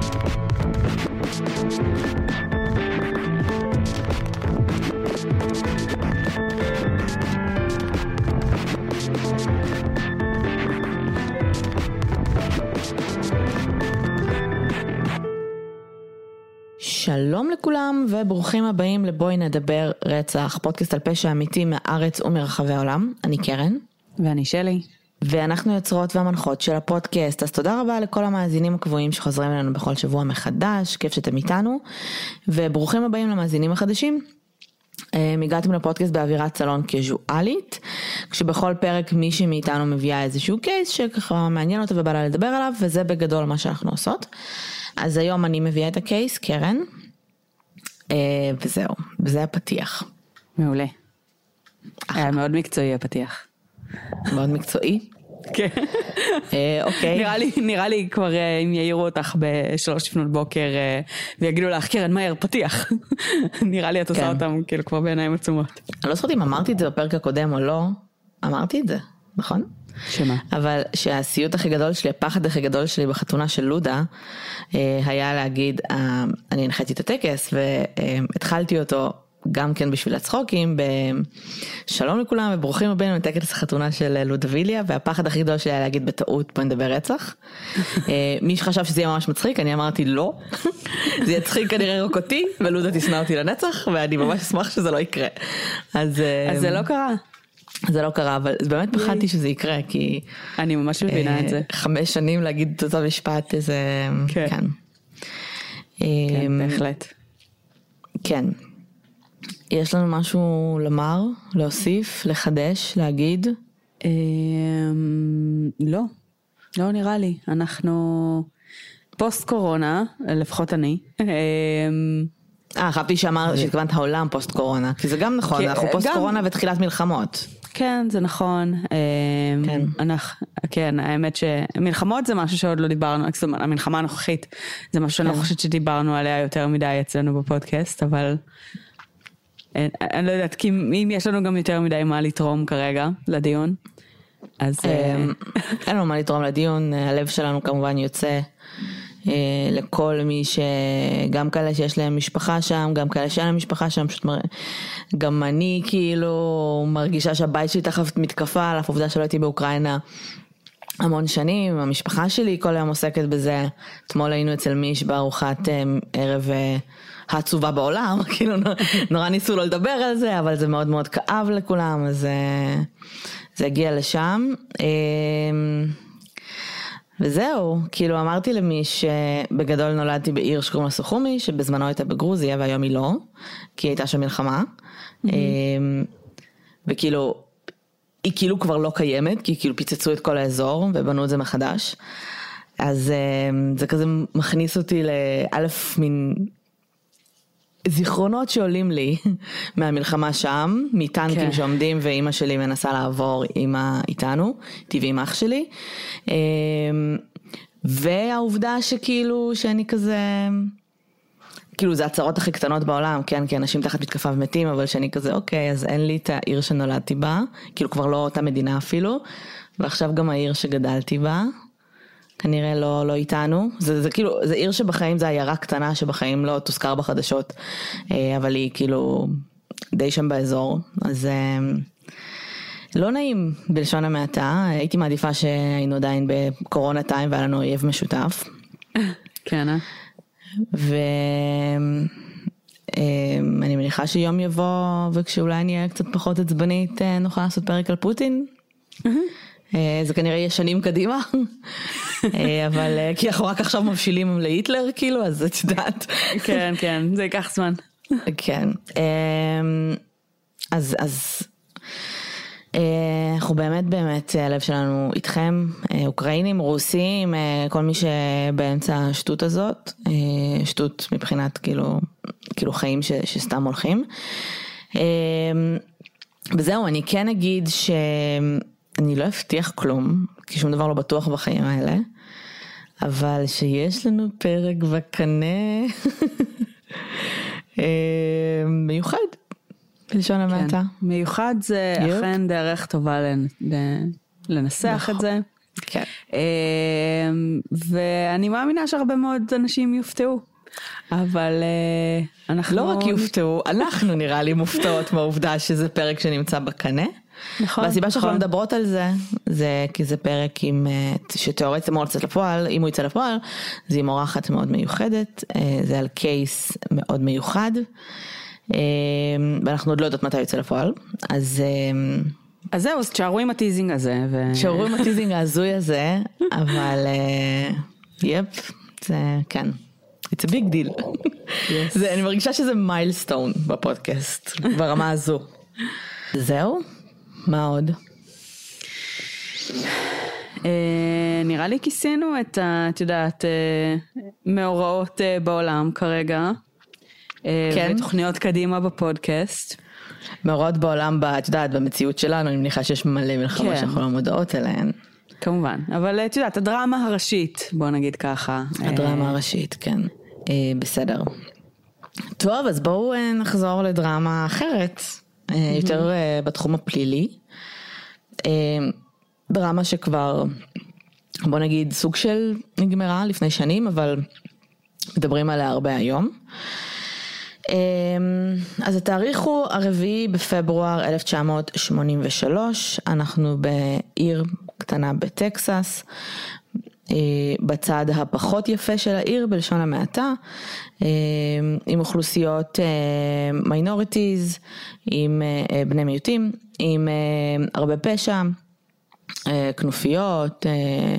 שלום לכולם וברוכים הבאים לבואי נדבר רצח, פודקאסט על פשע אמיתי מהארץ ומרחבי העולם. אני קרן. ואני שלי. ואנחנו יוצרות והמנחות של הפודקאסט, אז תודה רבה לכל המאזינים הקבועים שחוזרים אלינו בכל שבוע מחדש, כיף שאתם איתנו, וברוכים הבאים למאזינים החדשים. הגעתם לפודקאסט באווירת סלון קזואלית, כשבכל פרק מישהי מאיתנו מביאה איזשהו קייס שככה מעניין אותה ובא לה לדבר עליו, וזה בגדול מה שאנחנו עושות. אז היום אני מביאה את הקייס, קרן, וזהו, וזה הפתיח. מעולה. היה מאוד מקצועי הפתיח. מאוד מקצועי? כן. אוקיי. נראה לי כבר אם יעירו אותך ב3 לפנות בוקר ויגידו לך, קרן, מהר, פתיח. נראה לי את עושה אותם כאילו כבר בעיניים עצומות. אני לא זוכרת אם אמרתי את זה בפרק הקודם או לא, אמרתי את זה, נכון? שמה? אבל שהסיוט הכי גדול שלי, הפחד הכי גדול שלי בחתונה של לודה, היה להגיד, אני הנחיתי את הטקס והתחלתי אותו גם כן בשביל הצחוקים, שלום לכולם וברוכים הבאים לטקס החתונה של לודה ויליה, והפחד הכי גדול שלי היה להגיד בטעות בואי נדבר רצח. מי שחשב שזה יהיה ממש מצחיק, אני אמרתי לא, זה יצחיק כנראה רק אותי, ולודה תשנא אותי לנצח, ואני ממש אשמח שזה לא יקרה. אז זה לא קרה. זה לא קרה, אבל באמת פחדתי שזה יקרה, כי אני ממש מבינה את זה. 5 שנים להגיד את אותו משפט, איזה כן. כן, בהחלט. כן. יש לנו משהו לומר, להוסיף, לחדש, להגיד? לא נראה לי. אנחנו פוסט קורונה, לפחות אני. חשבתי שהתכוונת העולם פוסט קורונה, כי זה גם נכון, אנחנו פוסט קורונה ותחילת מלחמות. כן, זה נכון. כן, האמת שמלחמות זה משהו שעוד לא דיברנו, המלחמה הנוכחית, זה משהו שאני לא חושבת שדיברנו עליה יותר מדי אצלנו בפודקאסט, אבל אני לא יודעת, כי אם יש לנו גם יותר מדי מה לתרום כרגע לדיון, אז אין לנו מה לתרום לדיון, הלב שלנו כמובן יוצא לכל מי שגם כאלה שיש להם משפחה שם, גם כאלה שאין להם משפחה שם, פשוט גם אני כאילו מרגישה שהבית שלי תחת מתקפה, על אף עובדה שלא הייתי באוקראינה המון שנים, המשפחה שלי כל היום עוסקת בזה, אתמול היינו אצל מיש בארוחת ערב העצובה בעולם, כאילו נורא ניסו לא לדבר על זה, אבל זה מאוד מאוד כאב לכולם, אז זה הגיע לשם. וזהו, כאילו אמרתי למי שבגדול נולדתי בעיר שקוראים לה סוכומי, שבזמנו הייתה בגרוזיה והיום היא לא, כי הייתה שם מלחמה, וכאילו, היא כאילו כבר לא קיימת, כי כאילו פיצצו את כל האזור ובנו את זה מחדש, אז זה כזה מכניס אותי לאלף מין זיכרונות שעולים לי מהמלחמה שם, מטנקים שעומדים ואימא שלי מנסה לעבור איתנו, טבעי עם אח שלי, והעובדה שכאילו שאני כזה, כאילו זה הצרות הכי קטנות בעולם, כן, כי אנשים תחת מתקפה ומתים, אבל שאני כזה אוקיי, אז אין לי את העיר שנולדתי בה, כאילו כבר לא אותה מדינה אפילו, ועכשיו גם העיר שגדלתי בה, כנראה לא איתנו, זה כאילו, זה עיר שבחיים זה עיירה קטנה שבחיים לא תוזכר בחדשות, אבל היא כאילו די שם באזור, אז לא נעים בלשון המעטה, הייתי מעדיפה שהיינו עדיין בקורונה טיים והיה לנו אויב משותף. כן, ואני מניחה שיום יבוא וכשאולי אני אהיה קצת פחות עצבנית נוכל לעשות פרק על פוטין. זה כנראה יהיה שנים קדימה, אבל כי אנחנו רק עכשיו מבשילים להיטלר כאילו, אז את יודעת. כן, כן, זה ייקח זמן. כן, אז אנחנו באמת הלב שלנו איתכם, אוקראינים, רוסים, כל מי שבאמצע השטות הזאת, שטות מבחינת כאילו חיים שסתם הולכים. וזהו, אני כן אגיד אני לא הבטיח כלום, כי שום דבר לא בטוח בחיים האלה, אבל שיש לנו פרק בקנה מיוחד, בלשון המעטה. מיוחד זה אכן דרך טובה לנסח את זה. כן. ואני מאמינה שהרבה מאוד אנשים יופתעו. אבל אנחנו... לא רק יופתעו, אנחנו נראה לי מופתעות מהעובדה שזה פרק שנמצא בקנה. נכון. והסיבה שאנחנו מדברות על זה, זה כי זה פרק שתיאורטית אמור לצאת לפועל, אם הוא יצא לפועל, זה עם אורחת מאוד מיוחדת, זה על קייס מאוד מיוחד, ואנחנו עוד לא יודעות מתי יוצא לפועל, אז זהו, אז תשארו עם הטיזינג הזה. תשארו עם הטיזינג ההזוי הזה, אבל יפ, זה כן. It's a big deal. אני מרגישה שזה מיילסטון בפודקאסט, ברמה הזו. זהו? מה עוד? נראה לי כיסינו את יודעת, מאורעות בעולם כרגע. כן. ותוכניות קדימה בפודקאסט. מאורעות בעולם, את יודעת, במציאות שלנו, אני מניחה שיש מלא מלחמה שאנחנו לא מודעות אליהן. כמובן, אבל את יודעת, הדרמה הראשית, בוא נגיד ככה. הדרמה הראשית, כן. בסדר. טוב, אז בואו נחזור לדרמה אחרת, יותר בתחום הפלילי. דרמה שכבר, בוא נגיד, סוג של נגמרה לפני שנים, אבל מדברים עליה הרבה היום. אז התאריך הוא 4 בפברואר 1983, אנחנו בעיר קטנה בטקסס, בצד הפחות יפה של העיר בלשון המעטה, עם אוכלוסיות minorities, עם בני מיעוטים, עם הרבה פשע, כנופיות,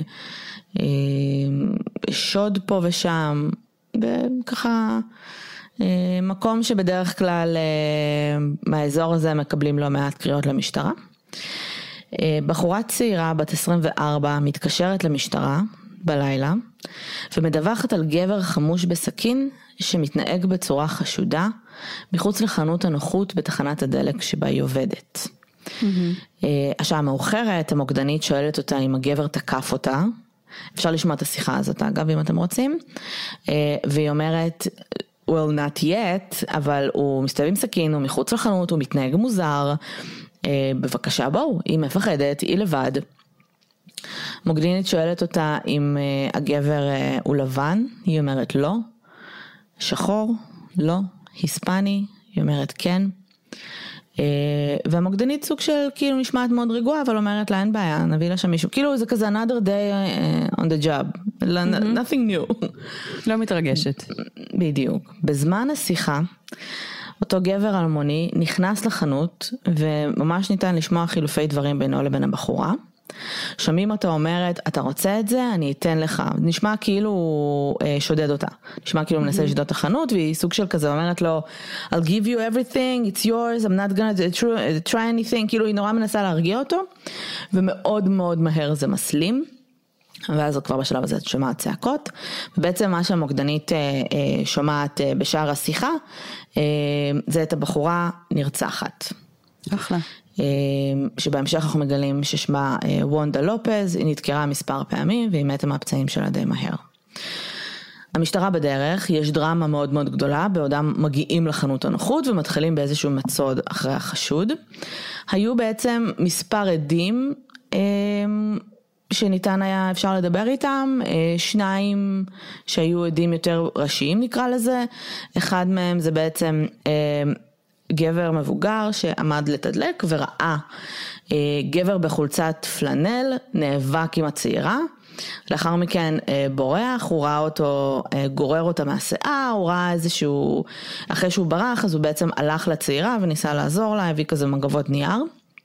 שוד פה ושם, וככה מקום שבדרך כלל מהאזור הזה מקבלים לא מעט קריאות למשטרה. בחורה צעירה בת 24 מתקשרת למשטרה בלילה ומדווחת על גבר חמוש בסכין שמתנהג בצורה חשודה מחוץ לחנות הנוחות בתחנת הדלק שבה היא עובדת. השעה מאוחרת, המוקדנית שואלת אותה אם הגבר תקף אותה, אפשר לשמוע את השיחה הזאת אגב אם אתם רוצים, והיא אומרת well not yet, אבל הוא מסתובב עם סכין, הוא מחוץ לחנות, הוא מתנהג מוזר, בבקשה בואו, היא מפחדת, היא לבד. מוקדנית שואלת אותה אם הגבר הוא לבן, היא אומרת לא, שחור, לא, היספני, היא אומרת כן, והמוקדנית סוג של כאילו נשמעת מאוד רגועה, אבל אומרת לה אין בעיה, נביא לה שם מישהו, כאילו זה כזה another day on the job, nothing new. לא מתרגשת. בדיוק. בזמן השיחה, אותו גבר אלמוני נכנס לחנות, וממש ניתן לשמוע חילופי דברים בינו לבין הבחורה. שומעים אותה אומרת, אתה רוצה את זה? אני אתן לך. נשמע כאילו שודד אותה. נשמע כאילו מנסה לשדוד את החנות, והיא סוג של כזה אומרת לו, I'll give you everything, it's yours, I'm not gonna try anything. כאילו היא נורא מנסה להרגיע אותו, ומאוד מאוד מהר זה מסלים. ואז כבר בשלב הזה שומעת צעקות, ובעצם מה שהמוקדנית שומעת בשער השיחה, זה את הבחורה נרצחת. אחלה. שבהמשך אנחנו מגלים ששמה וונדה לופז, היא נתקרה מספר פעמים, והיא מתה מהפצעים שלה די מהר. המשטרה בדרך, יש דרמה מאוד מאוד גדולה, בעודם מגיעים לחנות הנוחות, ומתחילים באיזשהו מצוד אחרי החשוד. היו בעצם מספר עדים, שניתן היה אפשר לדבר איתם, 2 שהיו עדים יותר ראשיים נקרא לזה, אחד מהם זה בעצם גבר מבוגר שעמד לתדלק וראה גבר בחולצת פלנל נאבק עם הצעירה, לאחר מכן בורח, הוא ראה אותו גורר אותה מהשיער, הוא ראה איזשהו, אחרי שהוא ברח אז הוא בעצם הלך לצעירה וניסה לעזור לה, הביא כזה מגבות נייר.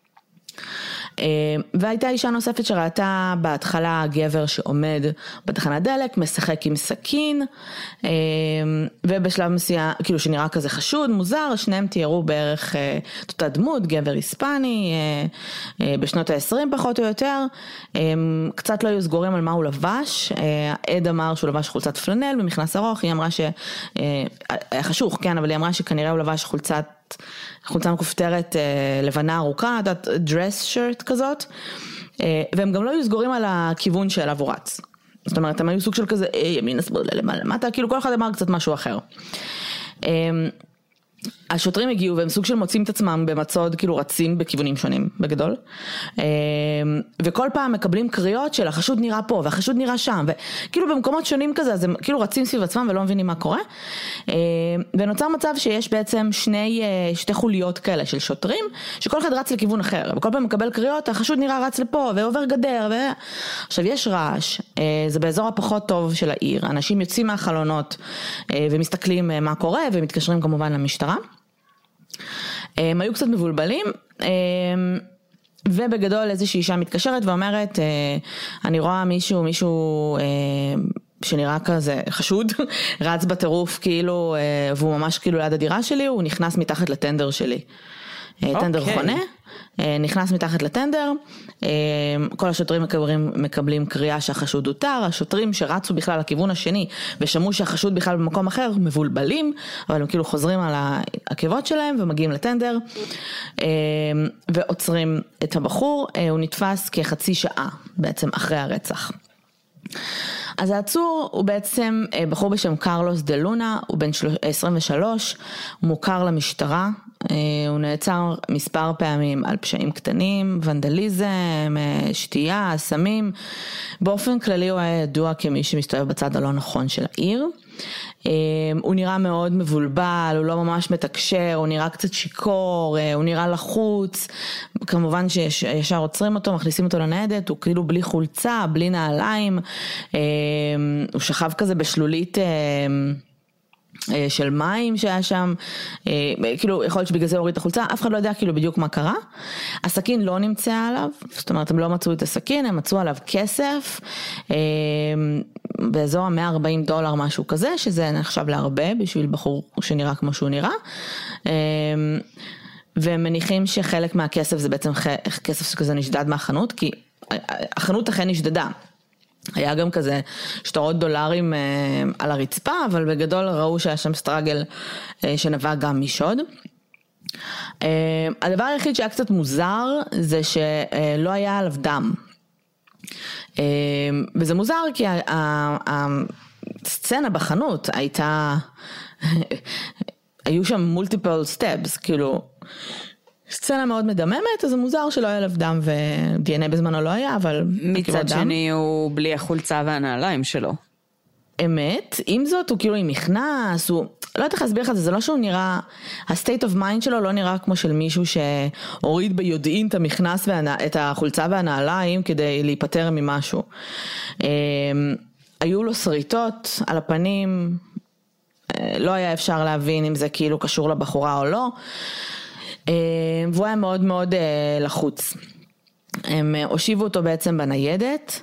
והייתה אישה נוספת שראתה בהתחלה גבר שעומד בתחנת דלק, משחק עם סכין, ובשלב מסוים, כאילו שנראה כזה חשוד, מוזר, שניהם תיארו בערך את אותה דמות, גבר היספני, בשנות ה-20 פחות או יותר, קצת לא היו סגורים על מה הוא לבש, העד אמר שהוא לבש חולצת פלנל במכנס ארוך, היא אמרה היה חשוך, כן, אבל היא אמרה שכנראה הוא לבש חולצה מכופתרת לבנה ארוכה, דרס שירט כזאת, והם גם לא היו סגורים על הכיוון שאליו הוא רץ. זאת אומרת, הם היו סוג של כזה, ימין, שמאל, למטה, כאילו כל אחד אמר קצת משהו אחר. השוטרים הגיעו והם סוג של מוצאים את עצמם במצוד, כאילו רצים בכיוונים שונים בגדול, וכל פעם מקבלים קריאות של החשוד נראה פה והחשוד נראה שם, וכאילו במקומות שונים כזה, אז הם כאילו רצים סביב עצמם ולא מבינים מה קורה, ונוצר מצב שיש בעצם שתי חוליות כאלה של שוטרים, שכל אחד רץ לכיוון אחר, וכל פעם מקבל קריאות, החשוד נראה רץ לפה ועובר גדר, עכשיו יש רעש, זה באזור הפחות טוב של העיר, אנשים יוצאים מהחלונות ומסתכלים מה קורה ומתקשרים כמובן למשטרה. הם היו קצת מבולבלים, ובגדול איזושהי אישה מתקשרת ואומרת, אני רואה מישהו שנראה כזה חשוד, רץ בטירוף כאילו, והוא ממש כאילו ליד הדירה שלי, הוא נכנס מתחת לטנדר שלי. טנדר חונה, נכנס מתחת לטנדר, כל השוטרים מקבלים קריאה שהחשוד הותר, השוטרים שרצו בכלל לכיוון השני ושמעו שהחשוד בכלל במקום אחר מבולבלים, אבל הם כאילו חוזרים על העקבות שלהם ומגיעים לטנדר ועוצרים את הבחור, הוא נתפס כחצי שעה בעצם אחרי הרצח. אז העצור הוא בעצם בחור בשם קרלוס דה לונה, הוא בן 23, הוא מוכר למשטרה, הוא נעצר מספר פעמים על פשעים קטנים, ונדליזם, שתייה, סמים, באופן כללי הוא היה ידוע כמי שמסתובב בצד הלא נכון של העיר, הוא נראה מאוד מבולבל, הוא לא ממש מתקשר, הוא נראה קצת שיקור, הוא נראה לחוץ, כמובן שישר עוצרים אותו, מכניסים אותו לניידת, הוא כאילו בלי חולצה, בלי נעליים, הוא שכב כזה בשלולית של מים שהיה שם, כאילו יכול להיות שבגלל זה הוריד את החולצה, אף אחד לא יודע כאילו בדיוק מה קרה, הסכין לא נמצא עליו, זאת אומרת הם לא מצאו את הסכין, הם מצאו עליו כסף, באזור $140 משהו כזה, שזה נחשב להרבה בשביל בחור שנראה כמו שהוא נראה, והם מניחים שחלק מהכסף זה בעצם כסף שכזה נשדד מהחנות, כי החנות אכן נשדדה, היה גם כזה שטרות דולרים על הרצפה, אבל בגדול ראו שהיה שם סטרגל שנבע גם משוד. הדבר היחיד שהיה קצת מוזר זה שלא היה עליו דם. וזה מוזר כי הסצנה בחנות הייתה, היו שם מולטיפל סטפס, כאילו סצנה מאוד מדממת, אז זה מוזר שלא היה עליו דם ו-DNA בזמנו לא היה, אבל מצד שני הוא בלי החולצה והנעליים שלו. אמת, עם זאת הוא כאילו עם מכנס, הוא לא יודעת איך להסביר לך את זה, זה לא שהוא נראה, ה-state of mind שלו לא נראה כמו של מישהו שהוריד ביודעין את המכנס, את החולצה והנעליים כדי להיפטר ממשהו. היו לו שריטות על הפנים, לא היה אפשר להבין אם זה כאילו קשור לבחורה או לא, והוא היה מאוד מאוד לחוץ. הם הושיבו אותו בעצם בניידת,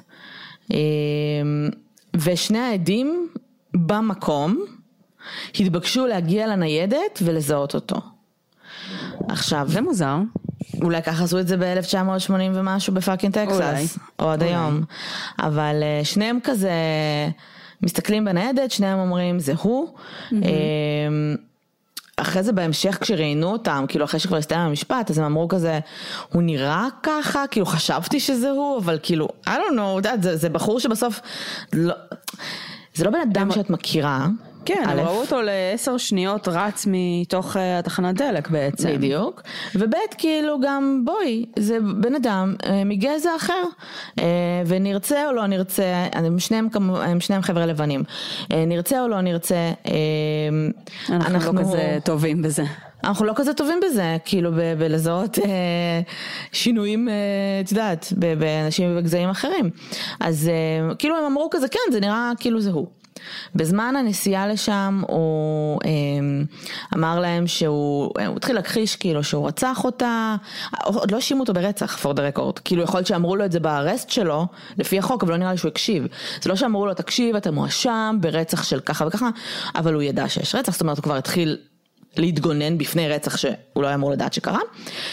ושני העדים במקום התבקשו להגיע לניידת ולזהות אותו. עכשיו, זה מוזר. אולי ככה עשו את זה ב-1980 ומשהו בפאקינג טקסס, או עד היום. אבל שניהם כזה מסתכלים בניידת, שניהם אומרים זה הוא. אחרי זה בהמשך כשראיינו אותם, כאילו אחרי שכבר הסתיים המשפט, אז הם אמרו כזה, הוא נראה ככה, כאילו חשבתי שזה הוא, אבל כאילו, I don't know, זה בחור שבסוף, זה לא בן אדם שאת מכירה. כן, הם ראו אותו ל10 שניות רץ מתוך התחנת דלק בעצם. בדיוק. ובית כאילו גם בואי, זה בן אדם מגזע אחר, ונרצה או לא נרצה, הם שניהם חבר'ה לבנים, נרצה או לא נרצה, אנחנו לא כזה טובים בזה. אנחנו לא כזה טובים בזה, כאילו בלזהות שינויים, את יודעת, באנשים ובגזעים אחרים. אז כאילו הם אמרו כזה, כן, זה נראה כאילו זה הוא. בזמן הנסיעה לשם הוא אמר להם שהוא התחיל להכחיש כאילו שהוא רצח אותה, עוד לא האשימו אותו ברצח for the record, כאילו יכול להיות שאמרו לו את זה בארסט שלו לפי החוק, אבל לא נראה לי שהוא הקשיב, זה לא שאמרו לו תקשיב אתה מואשם ברצח של ככה וככה, אבל הוא ידע שיש רצח, זאת אומרת הוא כבר התחיל להתגונן בפני רצח שהוא לא היה אמור לדעת שקרה,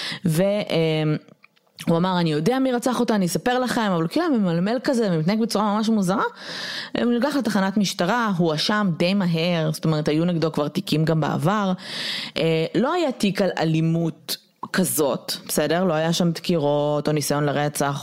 הוא אמר, אני יודע מי רצח אותה, אני אספר לכם, אבל כאילו ממלמל כזה, ומתנהג בצורה ממש מוזרה, הוא נלקח לתחנת משטרה, הוא אשם די מהר, זאת אומרת, היו נגדו כבר תיקים גם בעבר, לא היה תיק על אלימות כזאת, בסדר? לא היה שם דקירות, או ניסיון לרצח,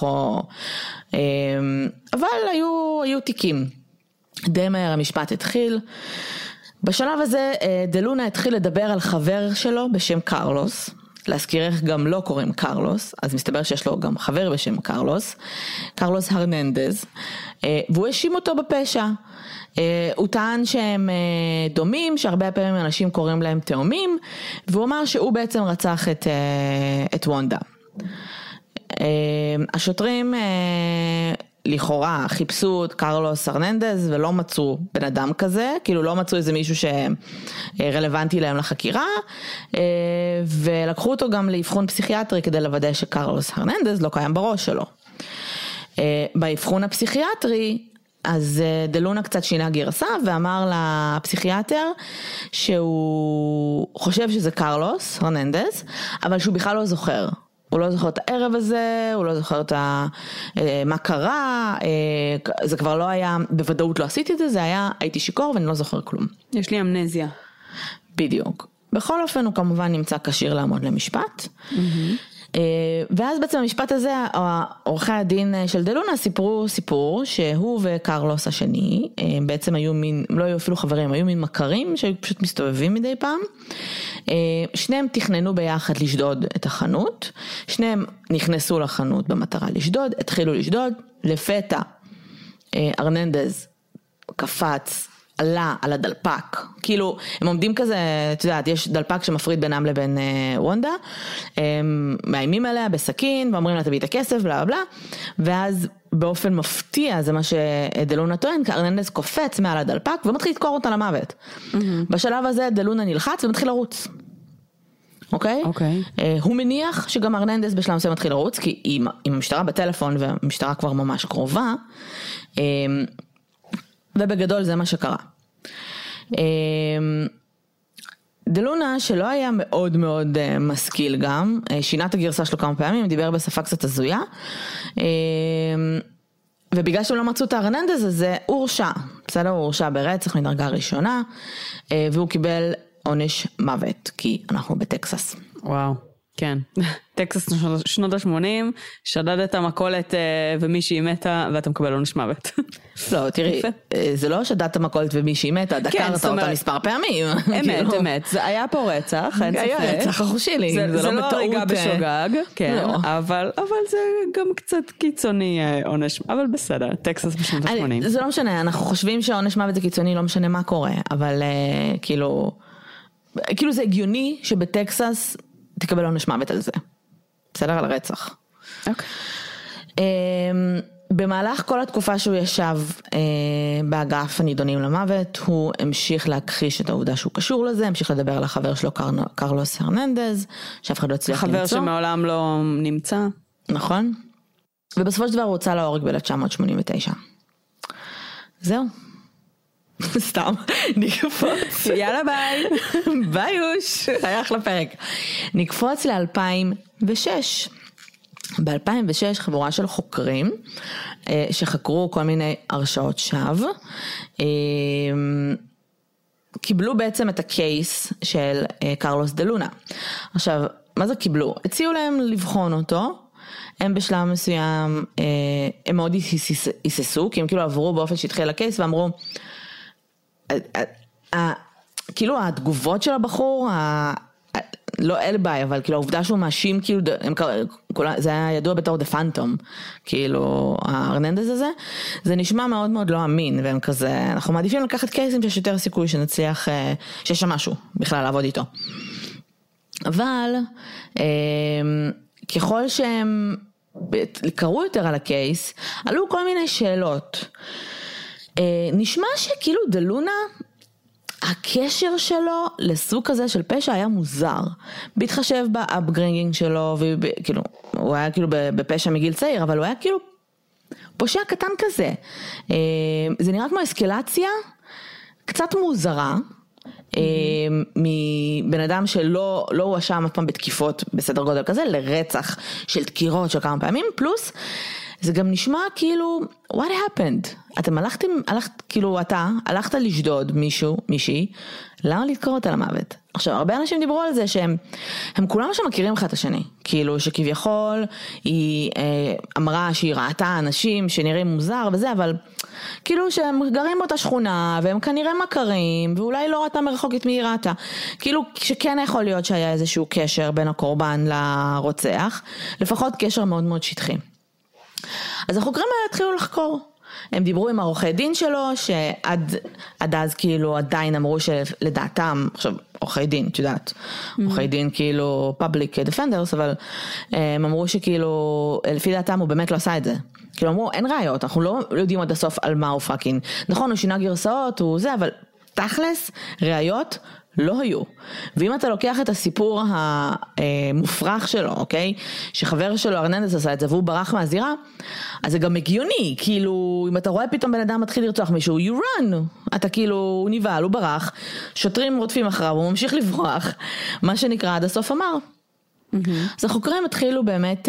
אבל היו תיקים. די מהר המשפט התחיל, בשלב הזה דלונה התחיל לדבר על חבר שלו בשם קרלוס, להזכיר איך גם לא קוראים קרלוס, אז מסתבר שיש לו גם חבר בשם קרלוס, קרלוס הרננדז, והוא האשים אותו בפשע. הוא טען שהם דומים, שהרבה פעמים אנשים קוראים להם תאומים, והוא אמר שהוא בעצם רצח את וונדה. השוטרים לכאורה חיפשו את קרלוס הרננדז ולא מצאו בן אדם כזה, כאילו לא מצאו איזה מישהו שרלוונטי להם לחקירה, ולקחו אותו גם לאבחון פסיכיאטרי כדי לוודא שקרלוס הרננדז לא קיים בראש שלו. באבחון הפסיכיאטרי, אז דלונה קצת שינה גרסה ואמר לפסיכיאטר שהוא חושב שזה קרלוס הרננדז, אבל שהוא בכלל לא זוכר. הוא לא זוכר את הערב הזה, הוא לא זוכר את מה קרה, זה כבר לא היה, בוודאות לא עשיתי את זה, זה היה, הייתי שיקור ואני לא זוכר כלום. יש לי אמנזיה. בדיוק. בכל אופן הוא כמובן נמצא כשיר לעמוד למשפט. ואז בעצם המשפט הזה, עורכי הדין של דלונה סיפרו סיפור שהוא וקרלוס השני, בעצם היו מין, לא היו אפילו חברים, היו מין מכרים שהיו פשוט מסתובבים מדי פעם. שניהם תכננו ביחד לשדוד את החנות, שניהם נכנסו לחנות במטרה לשדוד, התחילו לשדוד, לפתע ארננדז קפץ, עלה על הדלפק, כאילו הם עומדים כזה, את יודעת, יש דלפק שמפריד בינם לבין וונדה, מאיימים עליה בסכין ואומרים לה תביא את הכסף בלה בלה, ואז באופן מפתיע, זה מה שדלונה טוען, ארננדז קופץ מעל הדלפק ומתחיל לתקור אותה למוות. בשלב הזה דלונה נלחץ ומתחיל לרוץ. אוקיי? הוא מניח שגם ארננדז בשלב מסוים מתחיל לרוץ, כי עם המשטרה בטלפון והמשטרה כבר ממש קרובה, ובגדול זה מה שקרה. דלונה שלא היה מאוד מאוד משכיל גם, שינה את הגרסה שלו כמה פעמים, דיבר בשפה קצת הזויה, ובגלל שהוא לא מצאו את הארננדז הזה, הוא הורשע, בסדר? הוא הורשע ברצח מדרגה ראשונה, והוא קיבל עונש מוות, כי אנחנו בטקסס. וואו, כן. טקסס שנות ה-80, שדדת המקולת ומישהי מתה, ואתה מקבל עונש מוות. לא, תראי, זה לא שדדת המקולת ומישהי מתה, דקרת אותה מספר פעמים. אמת, זה היה פה רצח, אין ספק. היה רצח אחושילי, זה לא הריגה בשוגג, כן, אבל זה גם קצת קיצוני עונש, אבל בסדר, טקסס בשנות ה-80. זה לא משנה, אנחנו חושבים שהעונש מוות זה קיצוני, לא משנה מה קורה, אבל כאילו זה הגיוני שבטקסס תקבל עונש מוות על זה. בסדר? על הרצח. אוקיי. במהלך כל התקופה שהוא ישב באגף הנידונים למוות, הוא המשיך להכחיש את העובדה שהוא קשור לזה, המשיך לדבר על החבר שלו קרלוס הרננדז, שאף אחד לא הצליח למצוא. חבר שמעולם לא נמצא. נכון. ובסופו של דבר הוא הוצא להורג ב-1989. זהו. סתם, נקפוץ. יאללה ביי. ביי יוש, היה אחלה פרק. נקפוץ ל-2006. ב-2006 חבורה של חוקרים שחקרו כל מיני הרשעות שווא, קיבלו בעצם את הקייס של קרלוס דלונה. עכשיו, מה זה קיבלו? הציעו להם לבחון אותו, הם בשלב מסוים, הם מאוד היססו, כי הם כאילו עברו באופן שהתחיל הקייס ואמרו, כאילו התגובות של הבחור, לא אלביי, אבל כאילו העובדה שהוא מאשים, כאילו, זה היה ידוע בתור דה פנטום, כאילו הארננדז הזה, זה נשמע מאוד מאוד לא אמין, והם כזה, אנחנו מעדיפים לקחת קייסים שיש יותר סיכוי שנצליח, שיש שם משהו בכלל לעבוד איתו. אבל, ככל שהם קראו יותר על הקייס, עלו כל מיני שאלות. נשמע שכאילו דלונה, הקשר שלו לסוג כזה של פשע היה מוזר, בהתחשב באפגרינגינג שלו, וכאילו, הוא היה כאילו בפשע מגיל צעיר, אבל הוא היה כאילו פושע קטן כזה. זה נראה כמו אסקלציה קצת מוזרה, מבן אדם שלא הואשם אף פעם בתקיפות בסדר גודל כזה, לרצח של דקירות של כמה פעמים, פלוס זה גם נשמע כאילו, what happened? כאילו אתה הלכת לשדוד מישהי, למה לדקור אותה למוות? עכשיו, הרבה אנשים דיברו על זה שהם כולם שמכירים אחד את השני, כאילו שכביכול היא אמרה שהיא ראתה אנשים שנראים מוזר וזה, אבל כאילו שהם גרים באותה שכונה, והם כנראה מכרים, ואולי לא ראתה מרחוק את מי היא ראתה, כאילו שכן יכול להיות שהיה איזשהו קשר בין הקורבן לרוצח, לפחות קשר מאוד מאוד שטחי. אז החוקרים האלה התחילו לחקור. הם דיברו עם עורכי דין שלו, שעד אז כאילו עדיין אמרו שלדעתם, עכשיו עורכי דין, את יודעת, עורכי דין כאילו public defenders, אבל הם אמרו שכאילו, לפי דעתם הוא באמת לא עשה את זה. כאילו אמרו, אין ראיות, אנחנו לא יודעים עד הסוף על מה הוא פאקינג. נכון, הוא שינה גרסאות, הוא זה, אבל תכלס, ראיות לא היו. ואם אתה לוקח את הסיפור המופרך שלו, אוקיי? שחבר שלו ארננדס עשה את זה והוא ברח מהזירה, אז זה גם הגיוני, כאילו אם אתה רואה פתאום בן אדם מתחיל לרצוח מישהו, you run, אתה כאילו, הוא נבהל, הוא ברח, שוטרים רודפים אחריו, הוא ממשיך לברוח, מה שנקרא עד הסוף אמר. אז החוקרים התחילו באמת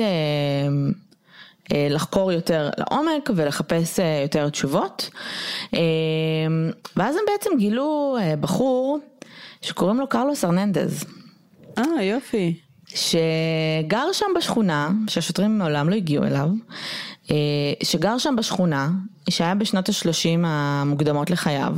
לחקור יותר לעומק ולחפש יותר תשובות, ואז הם בעצם גילו בחור שקוראים לו קרלוס ארננדז. יופי. שגר שם בשכונה, שהשוטרים מעולם לא הגיעו אליו, שגר שם בשכונה, שהיה בשנות ה-30 המוקדמות לחייו.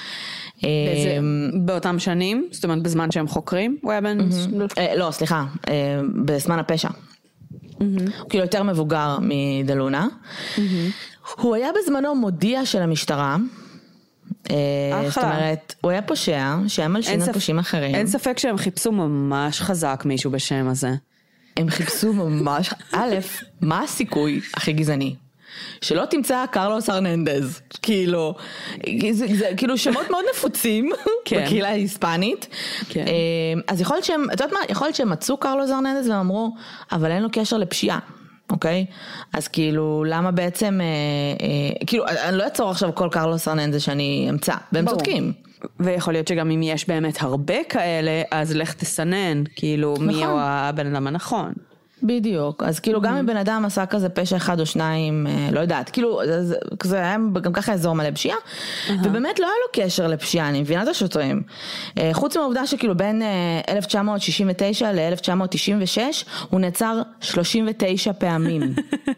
באותם שנים? זאת אומרת, בזמן שהם חוקרים? הוא היה בן... לא, סליחה, בזמן הפשע. הוא כאילו יותר מבוגר מדלונה. הוא היה בזמנו מודיע של המשטרה, זאת אומרת, הוא היה פושע, שהיה מלשין על פושעים אחרים. אין ספק שהם חיפשו ממש חזק מישהו בשם הזה. הם חיפשו ממש, מה הסיכוי הכי גזעני? שלא תמצא קרלוס ארננדז, כאילו, זה כאילו שמות מאוד נפוצים בקהילה ההיספנית, אז יכול להיות שהם, את יודעת מה, יכול להיות שהם מצאו קרלוס ארננדז והם אמרו, אבל אין לו קשר לפשיעה. אוקיי? אז כאילו, למה בעצם, כאילו, אני לא אצור עכשיו כל קרלוס ארננדז שאני אמצא, והם צודקים. ויכול להיות שגם אם יש באמת הרבה כאלה, אז לך תסנן, כאילו, מי הוא הבן אדם הנכון. בדיוק, אז כאילו גם אם בן אדם עשה כזה פשע אחד או שניים, לא יודעת, כאילו זה היה גם ככה אזור מלא פשיעה, ובאמת לא היה לו קשר לפשיעה, אני מבינה את השוטרים, חוץ מהעובדה שכאילו בין 1969 ל-1996 הוא נעצר 39 פעמים.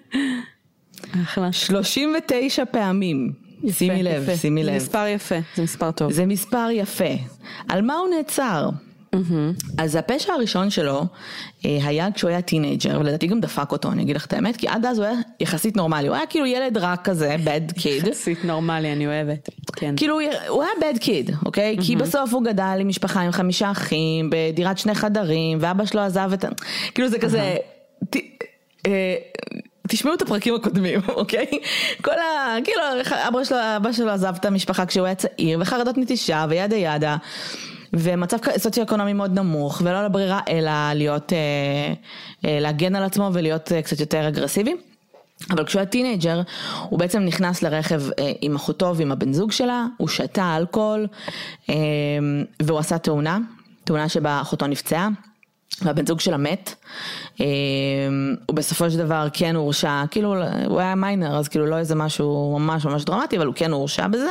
39 פעמים, שימי לב. זה מספר יפה, זה מספר טוב. זה מספר יפה. על מה הוא נעצר? אז הפשע הראשון שלו היה כשהוא היה טינג'ר, ולדעתי גם דפק אותו, אני אגיד לך את האמת, כי עד אז הוא היה יחסית נורמלי, הוא היה כאילו ילד רע כזה, bad kid. יחסית נורמלי, אני אוהבת. כאילו הוא היה bad kid, אוקיי? כי בסוף הוא גדל עם משפחה עם 5 אחים, בדירת 2 חדרים, ואבא שלו עזב את... כאילו זה כזה... תשמעו את הפרקים הקודמים, אוקיי? כאילו אבא שלו עזב את המשפחה כשהוא היה צעיר, וחרדות נטישה, וידה ידה. ומצב סוציו-אקונומי מאוד נמוך, ולא לברירה אלא להיות, להגן על עצמו ולהיות קצת יותר אגרסיבי. אבל כשהוא היה טינג'ר, הוא בעצם נכנס לרכב עם אחותו ועם הבן זוג שלה, הוא שתה אלכוהול, והוא עשה תאונה שבה אחותו נפצעה, והבן זוג שלה מת. הוא בסופו של דבר כן הורשע, כאילו הוא היה מיינר, אז כאילו לא איזה משהו ממש ממש דרמטי, אבל הוא כן הורשע בזה.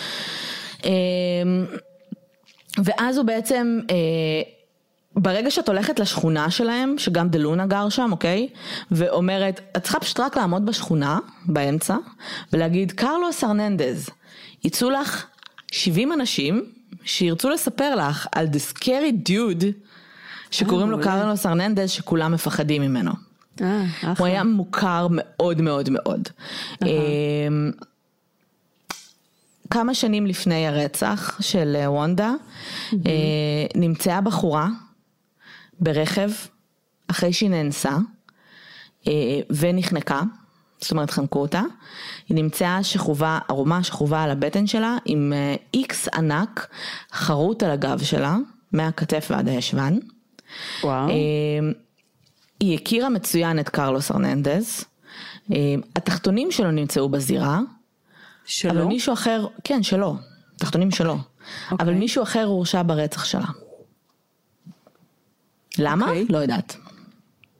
ואז הוא בעצם, ברגע שאת הולכת לשכונה שלהם, שגם דלונה גר שם, אוקיי? ואומרת, את צריכה פשוט רק לעמוד בשכונה, באמצע, ולהגיד, קרלוס ארננדז, יצאו לך 70 אנשים, שירצו לספר לך על the scary dude, שקוראים לו קרלוס ארננדז, שכולם מפחדים ממנו. הוא היה מוכר מאוד מאוד מאוד. כמה שנים לפני הרצח של וונדה, נמצאה בחורה ברכב אחרי שהיא נאנסה ונחנקה, זאת אומרת חנקו אותה, היא נמצאה ערומה שכובה על הבטן שלה עם איקס ענק חרוט על הגב שלה, מהכתף ועד הישבן. וואו. היא הכירה מצוין את קרלוס ארננדז, התחתונים שלו נמצאו בזירה, שלו? אבל מישהו אחר, כן, שלו, תחתונים שלו, אבל מישהו אחר הורשע ברצח שלה. למה? לא יודעת.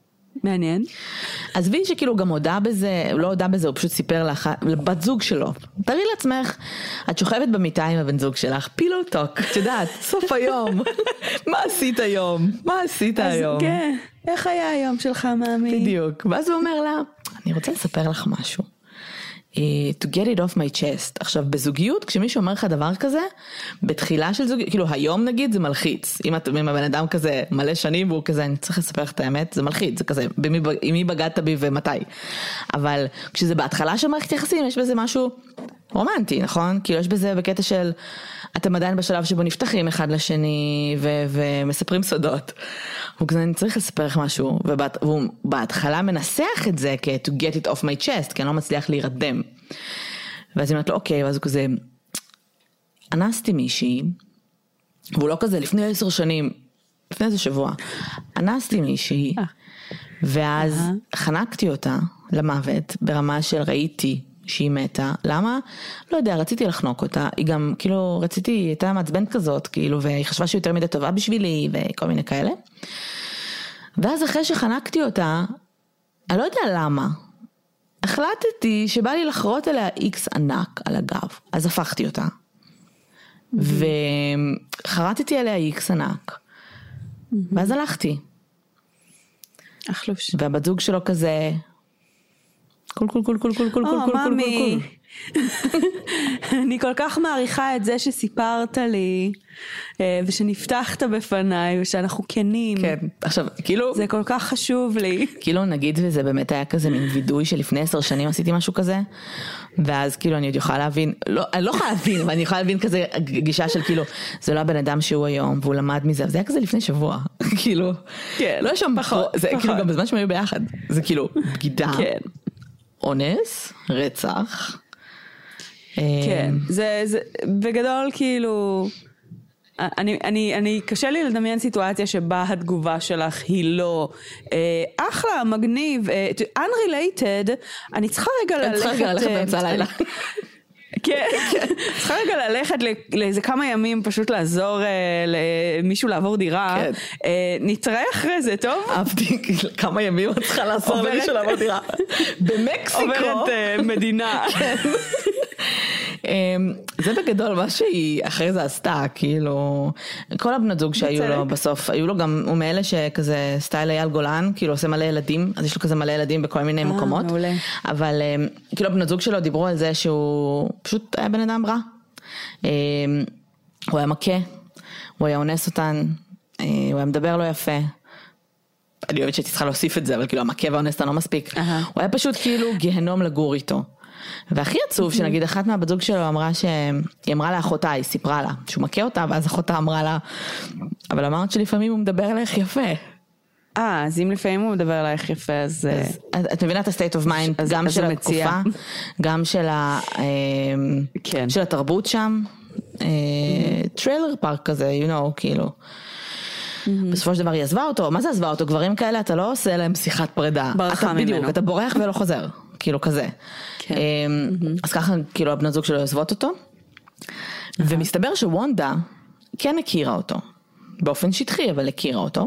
מעניין. עזבי שכאילו גם הודע בזה, הוא לא הודע בזה, הוא פשוט סיפר לבת זוג שלו. תראי לעצמך, את שוכבת במיטה עם הבן זוג שלך, פילו טוק, את יודעת, סוף היום. מה עשית היום? מה עשית היום? כן, איך היה היום שלך, מאמי? בדיוק. ואז הוא אומר לה, אני רוצה לספר לך משהו. To get it off my chest. עכשיו, בזוגיות, כשמישהו אומר לך דבר כזה, בתחילה של זוגיות, כאילו היום נגיד זה מלחיץ. אם הבן אדם כזה מלא שנים, והוא כזה, אני צריך לספר לך את האמת, זה מלחיץ, זה כזה, עם מי בגדת בי ומתי. אבל כשזה בהתחלה של מערכת יחסים, יש בזה משהו רומנטי, נכון? כאילו יש בזה בקטע של, אתם עדיין בשלב שבו נפתחים אחד לשני, ומספרים סודות. הוא כזה, אני צריך לספר לך משהו, והוא בהתחלה מנסח את זה to get it off my chest, כי אני לא מצליח להירדם. ואז היא אומרת לו, אוקיי, ואז הוא כזה, אנסתי מישהי, והוא לא כזה, לפני 10 שנים, לפני איזה שבוע, אנסתי מישהי, ואז חנקתי אותה למוות, ברמה של ראיתי שהיא מתה. למה? לא יודע, רציתי לחנוק אותה. היא גם, כאילו, היא הייתה מעצבנת כזאת, כאילו, והיא חשבה שהיא יותר מדי טובה בשבילי, וכל מיני כאלה. ואז אחרי שחנקתי אותה, אני לא יודע למה, החלטתי שבא לי לחרות עליה איקס ענק על הגב. אז הפכתי אותה. וחרטתי עליה איקס ענק. ואז הלכתי. אחלוש. והבת זוג שלו כזה, קול. מאמי. אני כל כך מעריכה את זה שסיפרת לי, ושנפתחת בפניי, ושאנחנו כנים. כן, עכשיו, כאילו, זה כל כך חשוב לי. כאילו נגיד, וזה באמת היה כזה מין וידוי שלפני 10 שנים עשיתי משהו כזה, ואז כאילו אני עוד יכולה להבין, אני לא יכולה להבין, אבל אני יכולה להבין כזה גישה של כאילו, זה לא הבן אדם שהוא היום, והוא למד מזה, זה היה כזה לפני שבוע, כאילו, לא יש שם פחות, זה כאילו גם בזמן שהם היו ביחד, זה כאילו, בגידה, אונס, רצח. כן, זה בגדול כאילו, אני קשה לי לדמיין סיטואציה שבה התגובה שלך היא לא אחלה, מגניב, unrelated, אני צריכה רגע ללכת באמצע הלילה. כן, צריכה רגע ללכת לאיזה כמה ימים פשוט לעזור למישהו לעבור דירה, נתראה אחרי זה, טוב? אהבתי כמה ימים את צריכה לעזור למישהו לעבור דירה. במקסיקו. עוברת מדינה. זה בגדול מה שהיא אחרי זה עשתה, כאילו, כל הבנות זוג שהיו לו בסוף, היו לו גם, הוא מאלה שכזה סטייל אייל גולן, כאילו עושה מלא ילדים, אז יש לו כזה מלא ילדים בכל מיני מקומות, אבל כאילו הבנות זוג שלו דיברו על זה שהוא פשוט היה בן אדם רע, הוא היה מכה, הוא היה אונס אותן, הוא היה מדבר לא יפה, אני אוהבת שהייתי צריכה להוסיף את זה, אבל כאילו המכה והאונס אותן לא מספיק, הוא היה פשוט כאילו גהנום לגור איתו. והכי עצוב שנגיד אחת מהבת זוג שלו אמרה היא אמרה לאחותה, היא סיפרה לה שהוא מכה אותה, ואז אחותה אמרה לה, אבל אמרת שלפעמים הוא מדבר עליך יפה. אז אם לפעמים הוא מדבר עליך יפה, אז את מבינה את ה-state of mind, גם של התקופה, גם של התרבות שם, טריילר פארק כזה, you know, כאילו. בסופו של דבר היא עזבה אותו, מה זה עזבה אותו? גברים כאלה אתה לא עושה להם שיחת פרידה, אתה בדיוק, אתה בורח ולא חוזר, כאילו כזה. אז ככה כאילו הבנות זוג שלו עזבות אותו, ומסתבר שוונדה כן הכירה אותו, באופן שטחי אבל הכירה אותו,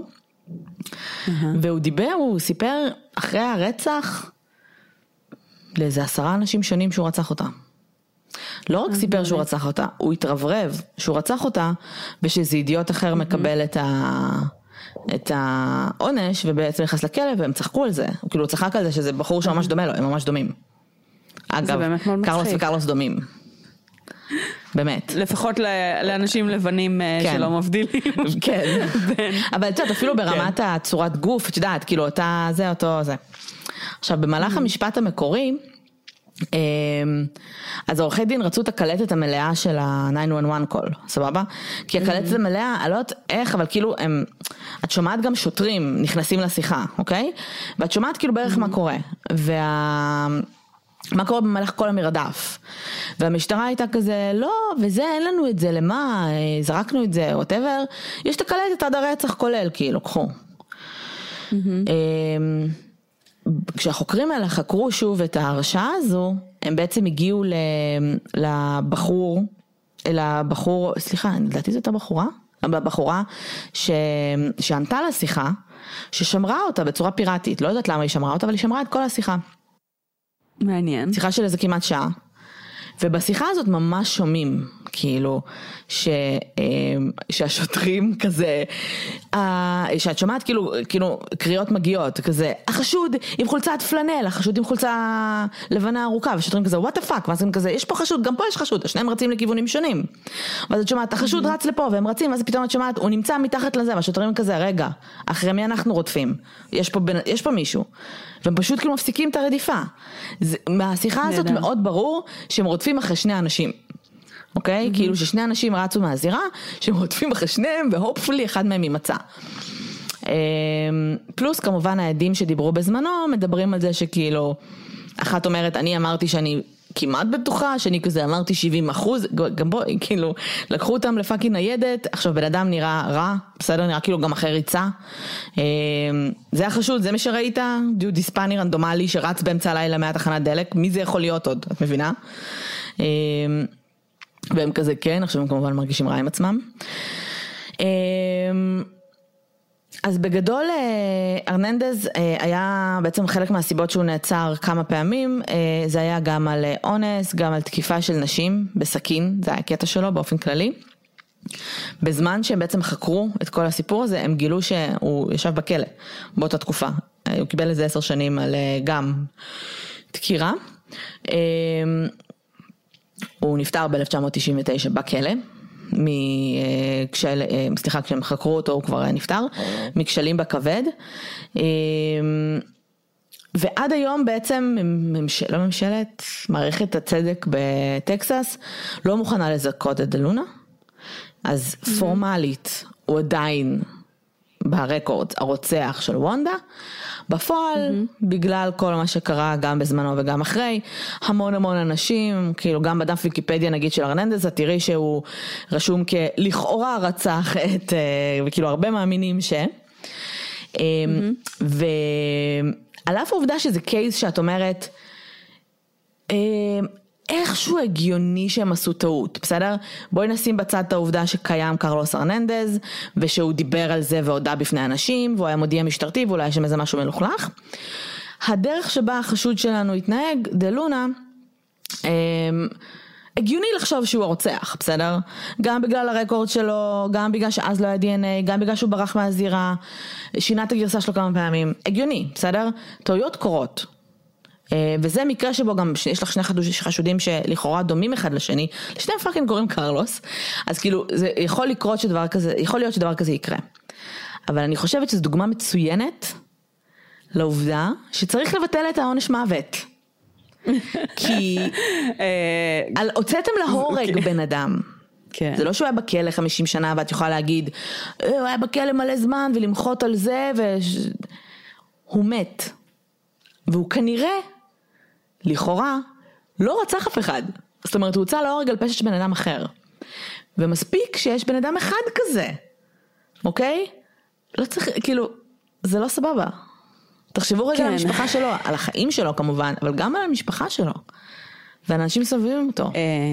והוא סיפר אחרי הרצח לאיזה 10 אנשים שונים שהוא רצח אותה. לא רק סיפר שהוא רצח אותה, הוא התרברב שהוא רצח אותה, ושזה אידיוט אחר מקבל את העונש, ובעצם נכנס לכלא, והם צחקו על זה. הוא כאילו צחק על זה שזה בחור שממש דומה לו, הם ממש דומים. אגב, קרלוס וקרלוס דומים. באמת. לפחות לאנשים לבנים שלא מבדילים. כן. אבל את יודעת, אפילו ברמת הצורת גוף, את יודעת, כאילו אותה זה, אותו זה. עכשיו, במהלך המשפט המקורי, אז העורכי דין רצו את הקלטת המלאה של ה-911 קול, סבבה? כי הקלטת המלאה, אני לא יודעת איך, אבל כאילו את שומעת גם שוטרים נכנסים לשיחה, אוקיי? ואת שומעת כאילו בערך מה קורה, מה קורה במהלך כל המרדף, והמשטרה הייתה כזה, לא, וזה אין לנו את זה, למה? זרקנו את זה, whatever, יש את הקלטת עד הרצח כולל, כאילו, קחו. כשהחוקרים האלה חקרו שוב את ההרשעה הזו, הם בעצם הגיעו לבחור, סליחה, לדעתי זאת הבחורה? בחורה שענתה לשיחה, ששמרה אותה בצורה פיראטית, לא יודעת למה היא שמרה אותה, אבל היא שמרה את כל השיחה. מעניין. שיחה של איזה כמעט שעה. ובשיחה הזאת ממש שומעים, כאילו, שהשוטרים כזה, שאת שומעת כאילו קריאות מגיעות, כזה, החשוד עם חולצת פלנל, החשוד עם חולצה לבנה ארוכה, ושוטרים כזה, what the fuck, ואז הם כזה, יש פה חשוד, גם פה יש חשוד, השניהם רצים לכיוונים שונים. ואז את שומעת, החשוד רץ לפה, והם רצים, ואז פתאום את שומעת, הוא נמצא מתחת לזה, והשוטרים כזה, רגע, אחרי מי אנחנו רודפים? יש פה מישהו. והם פשוט כאילו מפסיקים את הרדיפה. מהשיחה הזאת מאוד ברור שהם רודפים אחרי שני אנשים. אוקיי? כאילו ששני אנשים רצו מהזירה, שהם רודפים אחרי שניהם, והופפולי אחד מהם יימצא. פלוס כמובן העדים שדיברו בזמנו, מדברים על זה שכאילו, אחת אומרת, אני אמרתי שאני כמעט בטוחה, שאני כזה אמרתי 70%, גם בו, כאילו, לקחו אותם לפאקינג ניידת, עכשיו בן אדם נראה רע, בסדר, נראה כאילו גם אחרי ריצה, זה החשוד, זה מי שראית, דיוד היספני רנדומלי שרץ באמצע הלילה מהתחנת דלק, מי זה יכול להיות עוד, את מבינה? והם כזה כן, עכשיו הם כמובן מרגישים רע עם עצמם. אז בגדול ארננדז היה בעצם חלק מהסיבות שהוא נעצר כמה פעמים, זה היה גם על אונס, גם על תקיפה של נשים בסכין, זה היה הקטע שלו באופן כללי. בזמן שהם בעצם חקרו את כל הסיפור הזה, הם גילו שהוא ישב בכלא באותה תקופה. הוא קיבל איזה 10 שנים על גם דקירה. הוא נפטר ב-1999 בכלא. כשהם חקרו אותו הוא כבר נפטר, מכשלים בכבד, ועד היום בעצם מערכת הצדק בטקסס לא מוכנה לזכות את דלונה, אז פורמלית הוא עדיין ברקורד הרוצח של וונדה, בפועל, בגלל כל מה שקרה גם בזמנו וגם אחרי, המון אנשים, כאילו גם בדף ויקיפדיה נגיד של ארננדז, תראי שהוא רשום כלכאורה רצח את, וכאילו הרבה מאמינים ועל אף העובדה שזה קייס שאת אומרת, איכשהו הגיוני שהם עשו טעות, בסדר? בואי נשים בצד את העובדה שקיים קרלוס ארננדז, ושהוא דיבר על זה והודע בפני אנשים, והוא היה מודיע משטרתי, ואולי יש איזה משהו מלוכלך. הדרך שבה החשוד שלנו התנהג, דלונה, הגיוני לחשוב שהוא הרוצח, בסדר? גם בגלל הרקורד שלו, גם בגלל שאז לא היה DNA, גם בגלל שהוא ברח מהזירה, שינה את הגרסה שלו כמה פעמים. הגיוני, בסדר? טעויות קורות. וזה מקרה שבו גם יש לך שני חשודים שלכאורה דומים אחד לשני, לשניהם פאקינג קוראים קרלוס, אז כאילו זה יכול לקרות שדבר כזה, יכול להיות שדבר כזה יקרה. אבל אני חושבת שזו דוגמה מצוינת לעובדה שצריך לבטל את העונש מוות. כי הוצאתם להורג בן אדם. זה לא שהוא היה בכלא 50 שנה ואת יכולה להגיד, הוא היה בכלא מלא זמן ולמחות על זה, הוא מת. והוא כנראה, לכאורה, לא רצח אף אחד. זאת אומרת, הוא הוצא להורג על פשע של בן אדם אחר. ומספיק שיש בן אדם אחד כזה. אוקיי? לא צריך, כאילו, זה לא סבבה. תחשבו רגע על המשפחה שלו, על החיים שלו כמובן, אבל גם על המשפחה שלו. ואנשים סובבים אותו.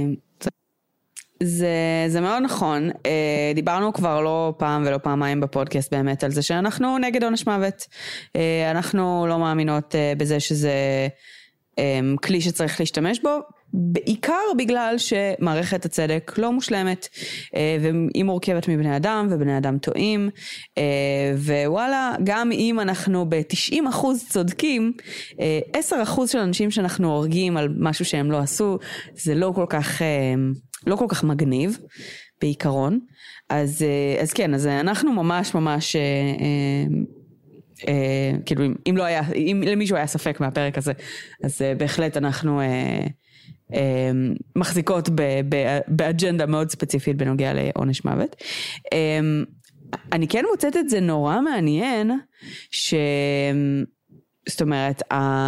זה מאוד נכון, דיברנו כבר לא פעם ולא פעמיים בפודקאסט באמת על זה שאנחנו נגד עונש מוות, אנחנו לא מאמינות בזה שזה כלי שצריך להשתמש בו, בעיקר בגלל שמערכת הצדק לא מושלמת, והיא מורכבת מבני אדם, ובני אדם טועים, ווואלה, גם אם אנחנו ב-90% צודקים, 10% של אנשים שאנחנו הורגים על משהו שהם לא עשו, זה לא כל כך מגניב, בעיקרון. אז כן, אז אנחנו ממש, כאילו, אם למישהו היה ספק מהפרק הזה, אז בהחלט אנחנו מחזיקות באג'נדה מאוד ספציפית בנוגע לעונש מוות. אני כן מוצאת את זה נורא מעניין, זאת אומרת,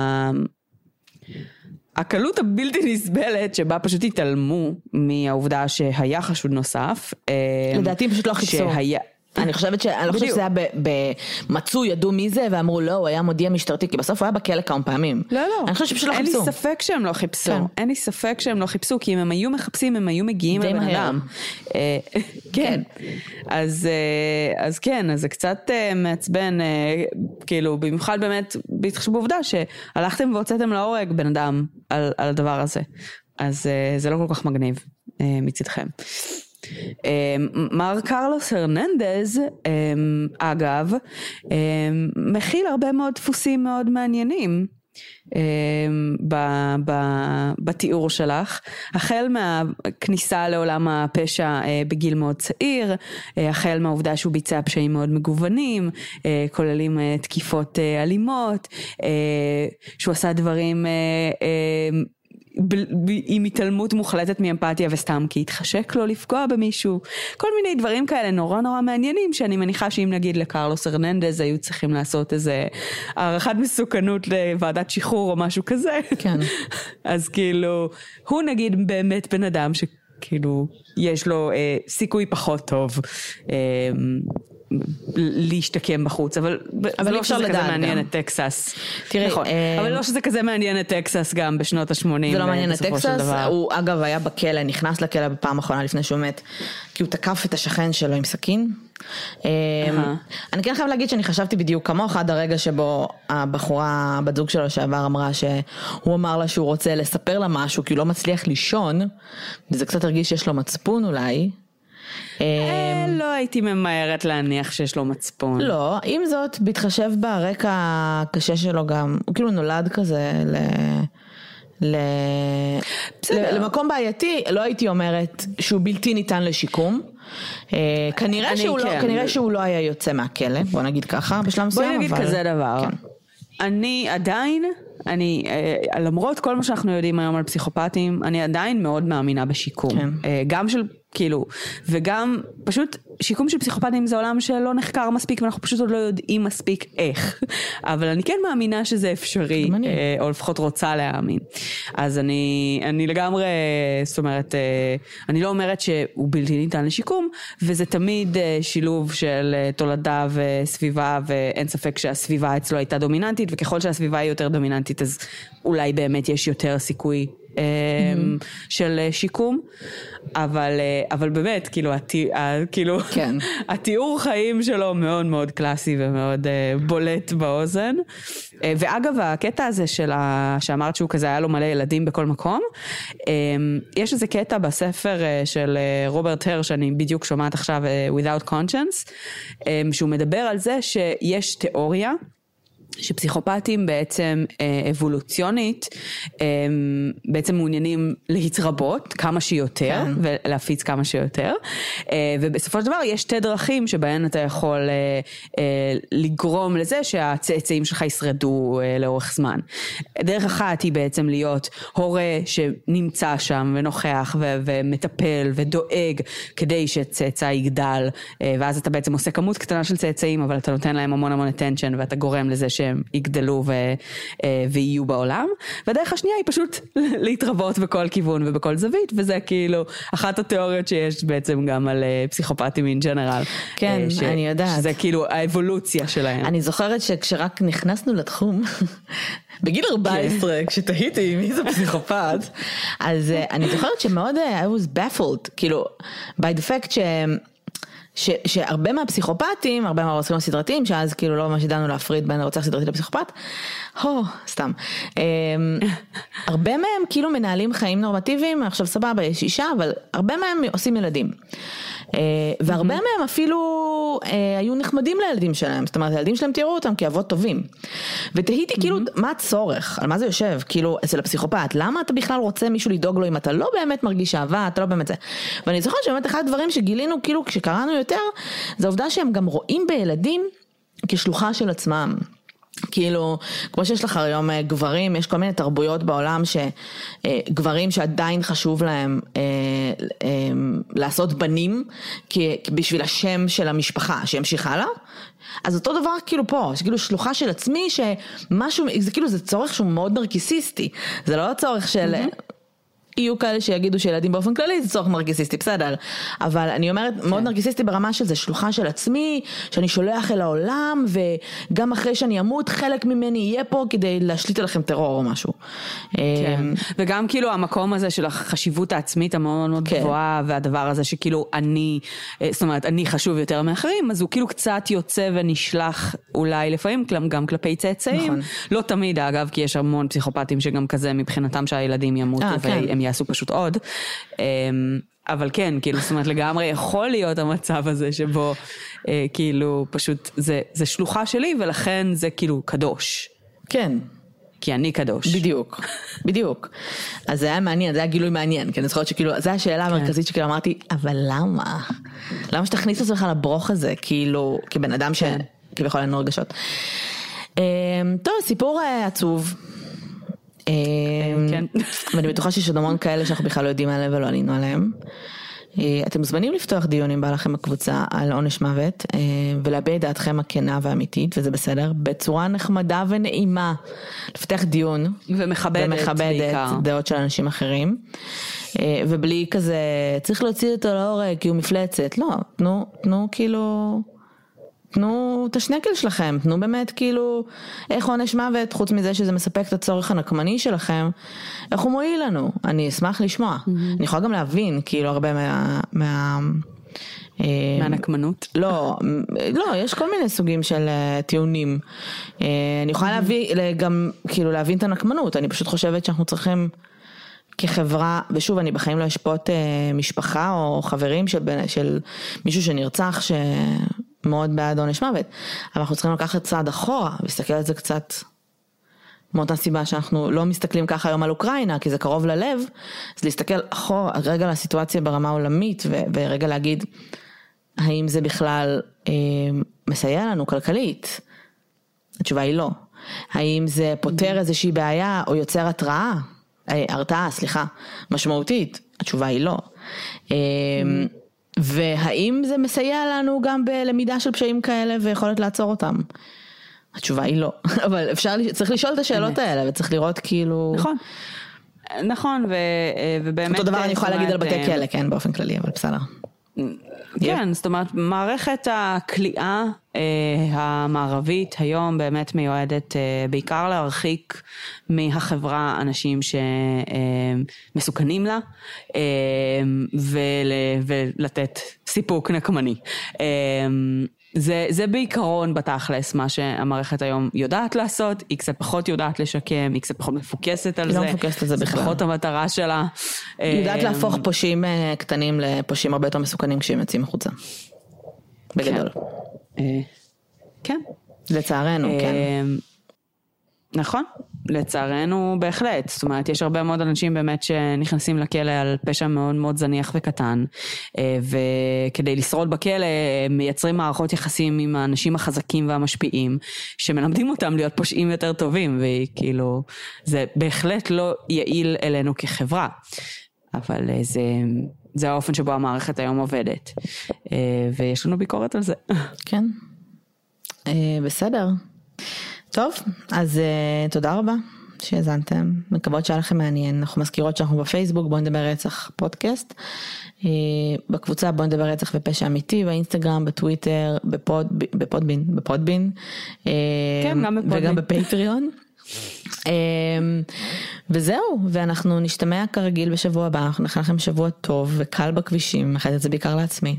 הקלות הבלתי נסבלת שבה פשוט התעלמו מהעובדה שהיה חשוד נוסף. לדעתי פשוט לא חיפשו. אני חושבת שזה היה במצוא, ידעו מי זה, ואמרו לא, הוא היה מודיע משטרתי, כי בסוף הוא היה בכלא כמה פעמים. לא. אני חושבת שפשוט לא חיפשו. אין לי ספק שהם לא חיפשו. אין לי ספק שהם לא חיפשו, כי אם הם היו מחפשים, הם היו מגיעים לבן אדם. כן. אז כן, אז זה קצת מעצבן, כאילו, במיוחד באמת, בהתחשב בעובדה שהלכתם והוצאתם להורג בן אדם על הדבר הזה. אז זה לא כל כך מגניב מצדכם. מר קרלוס הרננדז, אגב, מכיל הרבה מאוד דפוסים מאוד מעניינים בתיאור שלך, החל מהכניסה לעולם הפשע בגיל מאוד צעיר, החל מהעובדה שהוא ביצע פשעים מאוד מגוונים, כוללים תקיפות אלימות, שהוא עשה דברים עם התעלמות מוחלטת מאמפתיה וסתם כי התחשק לו לפגוע במישהו, כל מיני דברים כאלה נורא נורא מעניינים, שאני מניחה שאם נגיד לקרלוס הרננדז היו צריכים לעשות איזה הערכת מסוכנות לוועדת שחרור או משהו כזה, כן. אז כאילו הוא נגיד באמת בן אדם שכאילו יש לו סיכוי פחות טוב להשתקם בחוץ, אבל לא שזה כזה מעניין את טקסס. נכון, אבל לא שזה כזה מעניין את טקסס גם בשנות ה-80. זה לא מעניין את טקסס, הוא אגב היה בכלא, נכנס לכלא בפעם האחרונה לפני שהוא מת, כי הוא תקף את השכן שלו עם סכין. אני כן חייב להגיד שאני חשבתי בדיוק כמוך עד הרגע שבו הבחורה, בת זוג שלו שעבר, אמרה שהוא אמר לה שהוא רוצה לספר לה משהו, כי הוא לא מצליח לישון, וזה קצת הרגיש שיש לו מצפון אולי. לא הייתי ממהרת להניח שיש לו מצפון. לא, עם זאת, בהתחשב ברקע הקשה שלו גם, הוא כאילו נולד כזה למקום בעייתי, לא הייתי אומרת שהוא בלתי ניתן לשיקום. כנראה שהוא לא היה יוצא מהכלא, בוא נגיד ככה, בשלב מסוים. בוא נגיד כזה דבר. אני עדיין, למרות כל מה שאנחנו יודעים היום על פסיכופטים, אני עדיין מאוד מאמינה בשיקום. גם של כאילו, וגם פשוט שיקום של פסיכופטים זה עולם שלא נחקר מספיק, ואנחנו פשוט עוד לא יודעים מספיק איך. אבל אני כן מאמינה שזה אפשרי, או לפחות רוצה להאמין. אז אני לגמרי, זאת אומרת, אני לא אומרת שהוא בלתי ניתן לשיקום, וזה תמיד שילוב של תולדה וסביבה, ואין ספק שהסביבה אצלו הייתה דומיננטית, וככל שהסביבה היא יותר דומיננטית, אז אולי באמת יש יותר סיכוי של שיקום, אבל באמת, כאילו, התיאור חיים שלו מאוד מאוד קלאסי ומאוד בולט באוזן. ואגב, הקטע הזה שאמרת שהוא כזה היה לו מלא ילדים בכל מקום, יש איזה קטע בספר של רוברט הר, שאני בדיוק שומעת עכשיו, Without Conscience, שהוא מדבר על זה שיש תיאוריה, שפסיכופטים בעצם אבולוציונית בעצם מעוניינים להתרבות כמה שיותר ולהפיץ כמה שיותר, ובסופו של דבר יש שתי דרכים שבהן אתה יכול לגרום לזה שהצאצאים שלך ישרדו לאורך זמן. דרך אחת היא בעצם להיות הורה שנמצא שם ונוכח ומטפל ודואג כדי שצאצא יגדל, ואז אתה בעצם עושה כמות קטנה של צאצאים, אבל אתה נותן להם המון המון attention ואתה גורם לזה שהם יגדלו ויהיו בעולם. והדרך השנייה היא פשוט להתרבות בכל כיוון ובכל זווית, וזה כאילו אחת התיאוריות שיש בעצם גם על פסיכופטים in general. כן, אני יודעת. שזה כאילו האבולוציה שלהם. אני זוכרת שכשרק נכנסנו לתחום, בגיל 14, כשתהיתי מי זה פסיכופט, אז אני זוכרת שמאוד I was baffled, כאילו, by the fact שהרבה מהפסיכופטים, הרבה מהרוצחים הסדרתיים, שאז כאילו לא ממש ידענו להפריד בין הרוצח סדרתי לפסיכופט, סתם. הרבה מהם כאילו מנהלים חיים נורמטיביים, עכשיו סבבה, יש אישה, אבל הרבה מהם עושים ילדים. והרבה מהם אפילו היו נחמדים לילדים שלהם, זאת אומרת, הילדים שלהם תראו אותם כאבות טובים. ותהיתי כאילו, מה הצורך? על מה זה יושב? כאילו, אצל הפסיכופט, למה אתה בכלל רוצה מישהו לדאוג לו אם אתה לא באמת מרגיש אהבה, אתה לא באמת זה. ואני זוכרת שבאמת אחד הדברים שגילינו, כאילו, כשקראנו יותר, זה העובדה שהם גם רואים בילדים כשלוחה של עצמם. כאילו, כמו שיש לך היום גברים, יש כל מיני תרבויות בעולם שגברים שעדיין חשוב להם לעשות בנים בשביל השם של המשפחה, שימשיך הלאה. אז אותו דבר כאילו פה, שכאילו שלוחה של עצמי, שמשהו, זה כאילו זה צורך שהוא מאוד נרקיסיסטי, זה לא הצורך של... יהיו כאלה שיגידו שילדים באופן כללי זה צורך נרגיסיסטי, בסדר. אבל אני אומרת, מאוד נרגיסיסטי ברמה של זה שלוחה של עצמי, שאני שולח אל העולם, וגם אחרי שאני אמות, חלק ממני יהיה פה כדי להשליט עליכם טרור או משהו. כן. וגם כאילו המקום הזה של החשיבות העצמית המאוד מאוד גבוהה, והדבר הזה שכאילו זאת אומרת, אני חשוב יותר מאחרים, אז הוא כאילו קצת יוצא ונשלח אולי לפעמים גם כלפי צאצאים. לא תמיד אגב, כי יש המון פסיכופטים שגם כזה מבחינתם שהילדים ימותו והם יעשו פשוט עוד. אבל כן, כאילו, זאת אומרת, לגמרי יכול להיות המצב הזה שבו, כאילו, פשוט, זה שלוחה שלי, ולכן זה כאילו קדוש. כן. כי אני קדוש. בדיוק, בדיוק. אז זה היה מעניין, זה היה גילוי מעניין, כי אני זוכרת שכאילו, זו השאלה המרכזית שכאילו אמרתי, אבל למה? למה שתכניס את עצמך לברוך הזה, כאילו, כבן אדם שכביכול אין לו רגשות. טוב, סיפור עצוב. כן. ואני בטוחה שיש עוד המון כאלה שאנחנו בכלל לא יודעים עליהם ולא עלינו עליהם. אתם מוזמנים לפתוח דיון עם בעלכם בקבוצה על עונש מוות, ולהביע את דעתכם הכנה והאמיתית, וזה בסדר, בצורה נחמדה ונעימה, לפתח דיון. ומכבדת דעות של אנשים אחרים, ובלי כזה, צריך להוציא אותו להורג, כי הוא מפלצת. לא, תנו כאילו... תנו את השנקל שלכם, תנו באמת כאילו איך עונש מוות, חוץ מזה שזה מספק את הצורך הנקמני שלכם, איך הוא מועיל לנו, אני אשמח לשמוע. אני יכולה גם להבין כאילו הרבה מהנקמנות? לא, יש כל מיני סוגים של טיעונים. אני יכולה גם כאילו להבין את הנקמנות, אני פשוט חושבת שאנחנו צריכים כחברה, ושוב אני בחיים לא אשפוט משפחה או חברים של מישהו שנרצח מאוד בעד עונש מוות, אבל אנחנו צריכים לקחת צעד אחורה, ולהסתכל על זה קצת, מאותה סיבה שאנחנו לא מסתכלים ככה היום על אוקראינה, כי זה קרוב ללב, אז להסתכל אחורה, רגע לסיטואציה ברמה עולמית, ורגע להגיד, האם זה בכלל מסייע לנו כלכלית? התשובה היא לא. האם זה פותר איזושהי בעיה, או יוצר הרתעה, משמעותית? התשובה היא לא. והאם זה מסייע לנו גם בלמידה של פשעים כאלה ויכולת לעצור אותם? התשובה היא לא. אבל צריך לשאול את השאלות האלה וצריך לראות כאילו... נכון, ובאמת... אותו דבר אני יכולה להגיד על בתי כלא, כן, באופן כללי, אבל בסדר. כן, זאת אומרת, מערכת הכליאה המערבית היום באמת מיועדת בעיקר להרחיק מהחברה אנשים שמסוכנים לה, ולתת סיפוק נקמני. זה בעיקרון בתכלס מה שהמערכת היום יודעת לעשות, היא קצת פחות יודעת לשקם, היא קצת פחות מפוקסת על זה. היא לא מפוקסת על זה בכלל. זה פחות המטרה שלה. היא יודעת להפוך פושעים קטנים לפושעים הרבה יותר מסוכנים כשהם יוצאים החוצה. בגדול. כן. לצערנו, כן. נכון, לצערנו בהחלט, זאת אומרת יש הרבה מאוד אנשים באמת שנכנסים לכלא על פשע מאוד מאוד זניח וקטן, וכדי לשרוד בכלא מייצרים מערכות יחסים עם האנשים החזקים והמשפיעים, שמלמדים אותם להיות פושעים יותר טובים, וכאילו זה בהחלט לא יעיל אלינו כחברה, אבל זה האופן שבו המערכת היום עובדת, ויש לנו ביקורת על זה. כן, בסדר. טוב, אז תודה רבה שהזנתם, מקוות שהיה לכם מעניין. אנחנו מזכירות שאנחנו בפייסבוק, בוא נדבר רצח פודקאסט, בקבוצה בוא נדבר רצח ופשע אמיתי, באינסטגרם, בטוויטר, בפודבין, כן, גם בפודבין. וגם בפטריון. וזהו, ואנחנו נשתמע כרגיל בשבוע הבא, אנחנו נאחל לכם שבוע טוב וקל בכבישים, מאחלת את זה בעיקר לעצמי.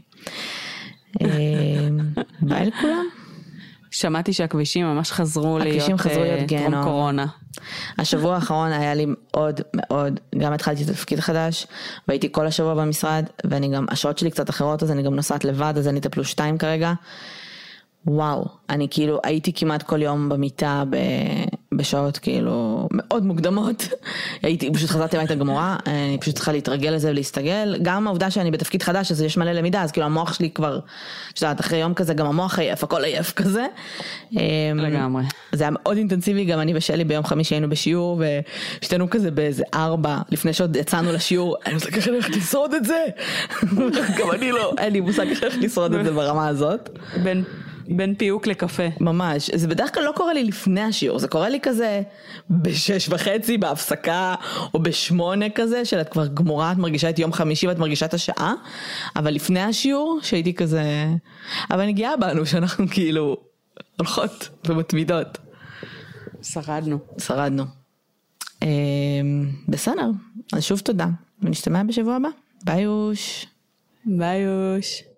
ביי לכולם. שמעתי שהכבישים ממש חזרו להיות טרום קורונה. השבוע האחרון היה לי מאוד מאוד, גם התחלתי תפקיד חדש, והייתי כל השבוע במשרד, ואני גם, השעות שלי קצת אחרות, אז אני גם נוסעת לבד, אז אני +2 כרגע. וואו, אני כאילו הייתי כמעט כל יום במיטה בשעות כאילו מאוד מוקדמות, פשוט חזרתי הביתה גמורה, אני פשוט צריכה להתרגל לזה ולהסתגל, גם העובדה שאני בתפקיד חדש אז יש מלא למידה, אז כאילו המוח שלי כבר, שאת אחרי יום כזה גם המוח עייף, הכל עייף כזה. לגמרי. זה היה מאוד אינטנסיבי, גם אני ושלי ביום חמישי היינו בשיעור, ושתינו כזה באיזה 4, לפני שעוד יצאנו לשיעור, אני מושג איך אני הולכת לשרוד את זה, גם אני לא, אין לי מושג איך לשרוד את זה ברמה הזאת. בין פיוק לקפה. ממש, זה בדרך כלל לא קורה לי לפני השיעור, זה קורה לי כזה ב6:30 בהפסקה, או ב8 כזה, שאת כבר גמורה, את מרגישה את יום חמישי ואת מרגישה את השעה, אבל לפני השיעור, שהייתי כזה, אבל אני גאה בנו שאנחנו כאילו הולכות ומתמידות. שרדנו. בסדר, אז שוב תודה, ונשתמע בשבוע הבא. ביי יוש.